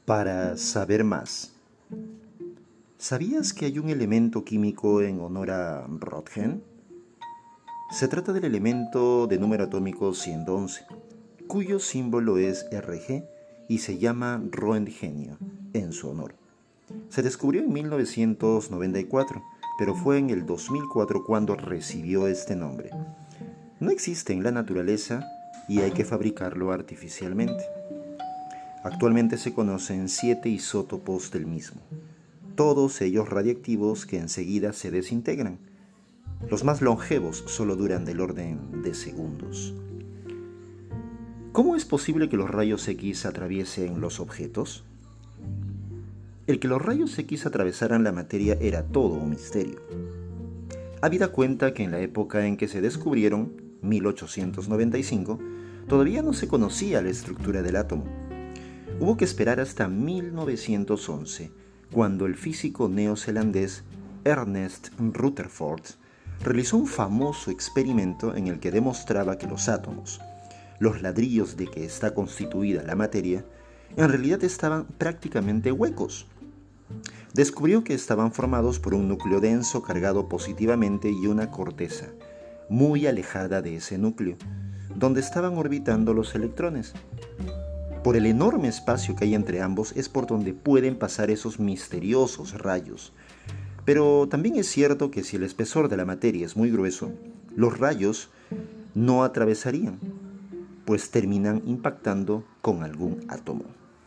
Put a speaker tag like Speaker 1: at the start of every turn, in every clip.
Speaker 1: Para saber más, ¿sabías que hay un elemento químico en honor a Röntgen? Se trata del elemento de número atómico 111, cuyo símbolo es Rg y se llama roentgenio en su honor. Se descubrió en 1994, pero fue en el 2004 cuando recibió este nombre. No existe en la naturaleza y hay que fabricarlo artificialmente. Actualmente se conocen 7 isótopos del mismo, todos ellos radiactivos que enseguida se desintegran. Los más longevos solo duran del orden de segundos. ¿Cómo es posible que los rayos X atraviesen los objetos? El que los rayos X atravesaran la materia era todo un misterio. Habida cuenta que en la época en que se descubrieron, 1895, todavía no se conocía la estructura del átomo. Hubo que esperar hasta 1911, cuando el físico neozelandés Ernest Rutherford realizó un famoso experimento en el que demostraba que los átomos, los ladrillos de que está constituida la materia, en realidad estaban prácticamente huecos. Descubrió que estaban formados por un núcleo denso cargado positivamente y una corteza muy alejada de ese núcleo, donde estaban orbitando los electrones. Por el enorme espacio que hay entre ambos es por donde pueden pasar esos misteriosos rayos. Pero también es cierto que si el espesor de la materia es muy grueso, los rayos no atravesarían, pues terminan impactando con algún átomo.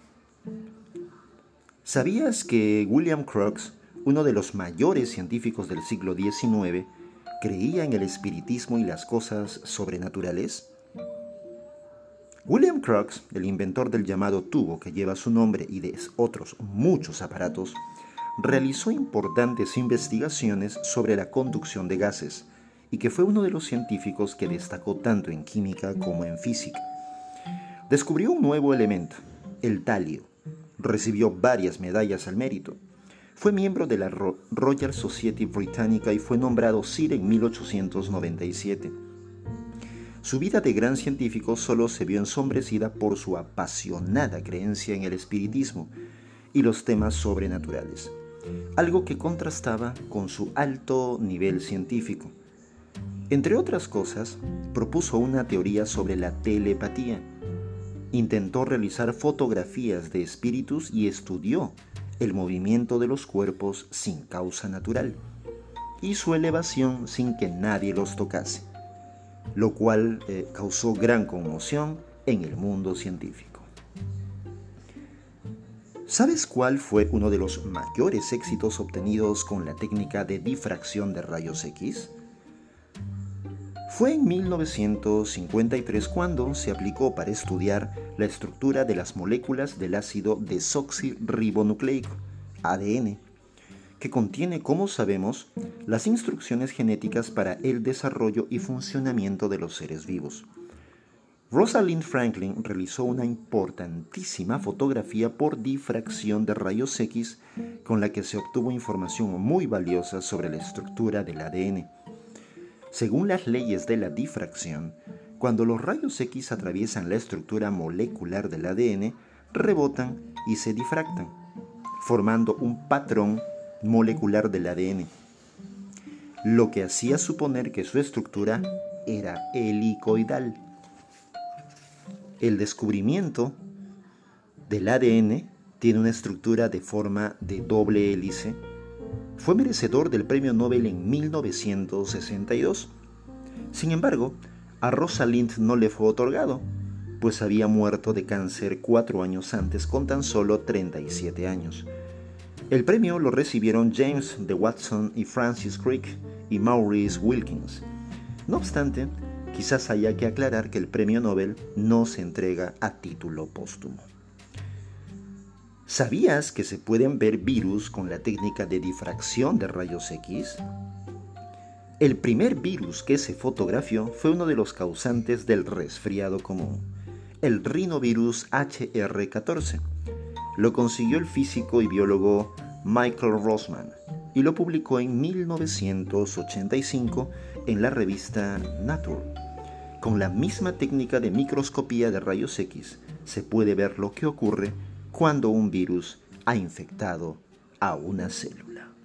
Speaker 1: ¿Sabías que William Crookes, uno de los mayores científicos del siglo XIX, creía en el espiritismo y las cosas sobrenaturales? William Crookes, el inventor del llamado tubo que lleva su nombre y de otros muchos aparatos, realizó importantes investigaciones sobre la conducción de gases y que fue uno de los científicos que destacó tanto en química como en física. Descubrió un nuevo elemento, el talio. Recibió varias medallas al mérito. Fue miembro de la Royal Society británica y fue nombrado Sir en 1897. Su vida de gran científico solo se vio ensombrecida por su apasionada creencia en el espiritismo y los temas sobrenaturales, algo que contrastaba con su alto nivel científico. Entre otras cosas, propuso una teoría sobre la telepatía. Intentó realizar fotografías de espíritus y estudió el movimiento de los cuerpos sin causa natural y su elevación sin que nadie los tocase, lo cual causó gran conmoción en el mundo científico. ¿Sabes cuál fue uno de los mayores éxitos obtenidos con la técnica de difracción de rayos X? Fue en 1953 cuando se aplicó para estudiar la estructura de las moléculas del ácido desoxirribonucleico, ADN, que contiene, como sabemos, las instrucciones genéticas para el desarrollo y funcionamiento de los seres vivos. Rosalind Franklin realizó una importantísima fotografía por difracción de rayos X con la que se obtuvo información muy valiosa sobre la estructura del ADN. Según las leyes de la difracción, cuando los rayos X atraviesan la estructura molecular del ADN, rebotan y se difractan, formando un patrón molecular del ADN, lo que hacía suponer que su estructura era helicoidal. El descubrimiento del ADN tiene una estructura de forma de doble hélice. Fue merecedor del premio Nobel en 1962. Sin embargo, a Rosalind no le fue otorgado, pues había muerto de cáncer 4 años antes con tan solo 37 años. El premio lo recibieron James de Watson y Francis Crick y Maurice Wilkins. No obstante, quizás haya que aclarar que el premio Nobel no se entrega a título póstumo. ¿Sabías que se pueden ver virus con la técnica de difracción de rayos X? El primer virus que se fotografió fue uno de los causantes del resfriado común, el rinovirus HR14. Lo consiguió el físico y biólogo Michael Rossmann y lo publicó en 1985 en la revista Nature. Con la misma técnica de microscopía de rayos X se puede ver lo que ocurre cuando un virus ha infectado a una célula.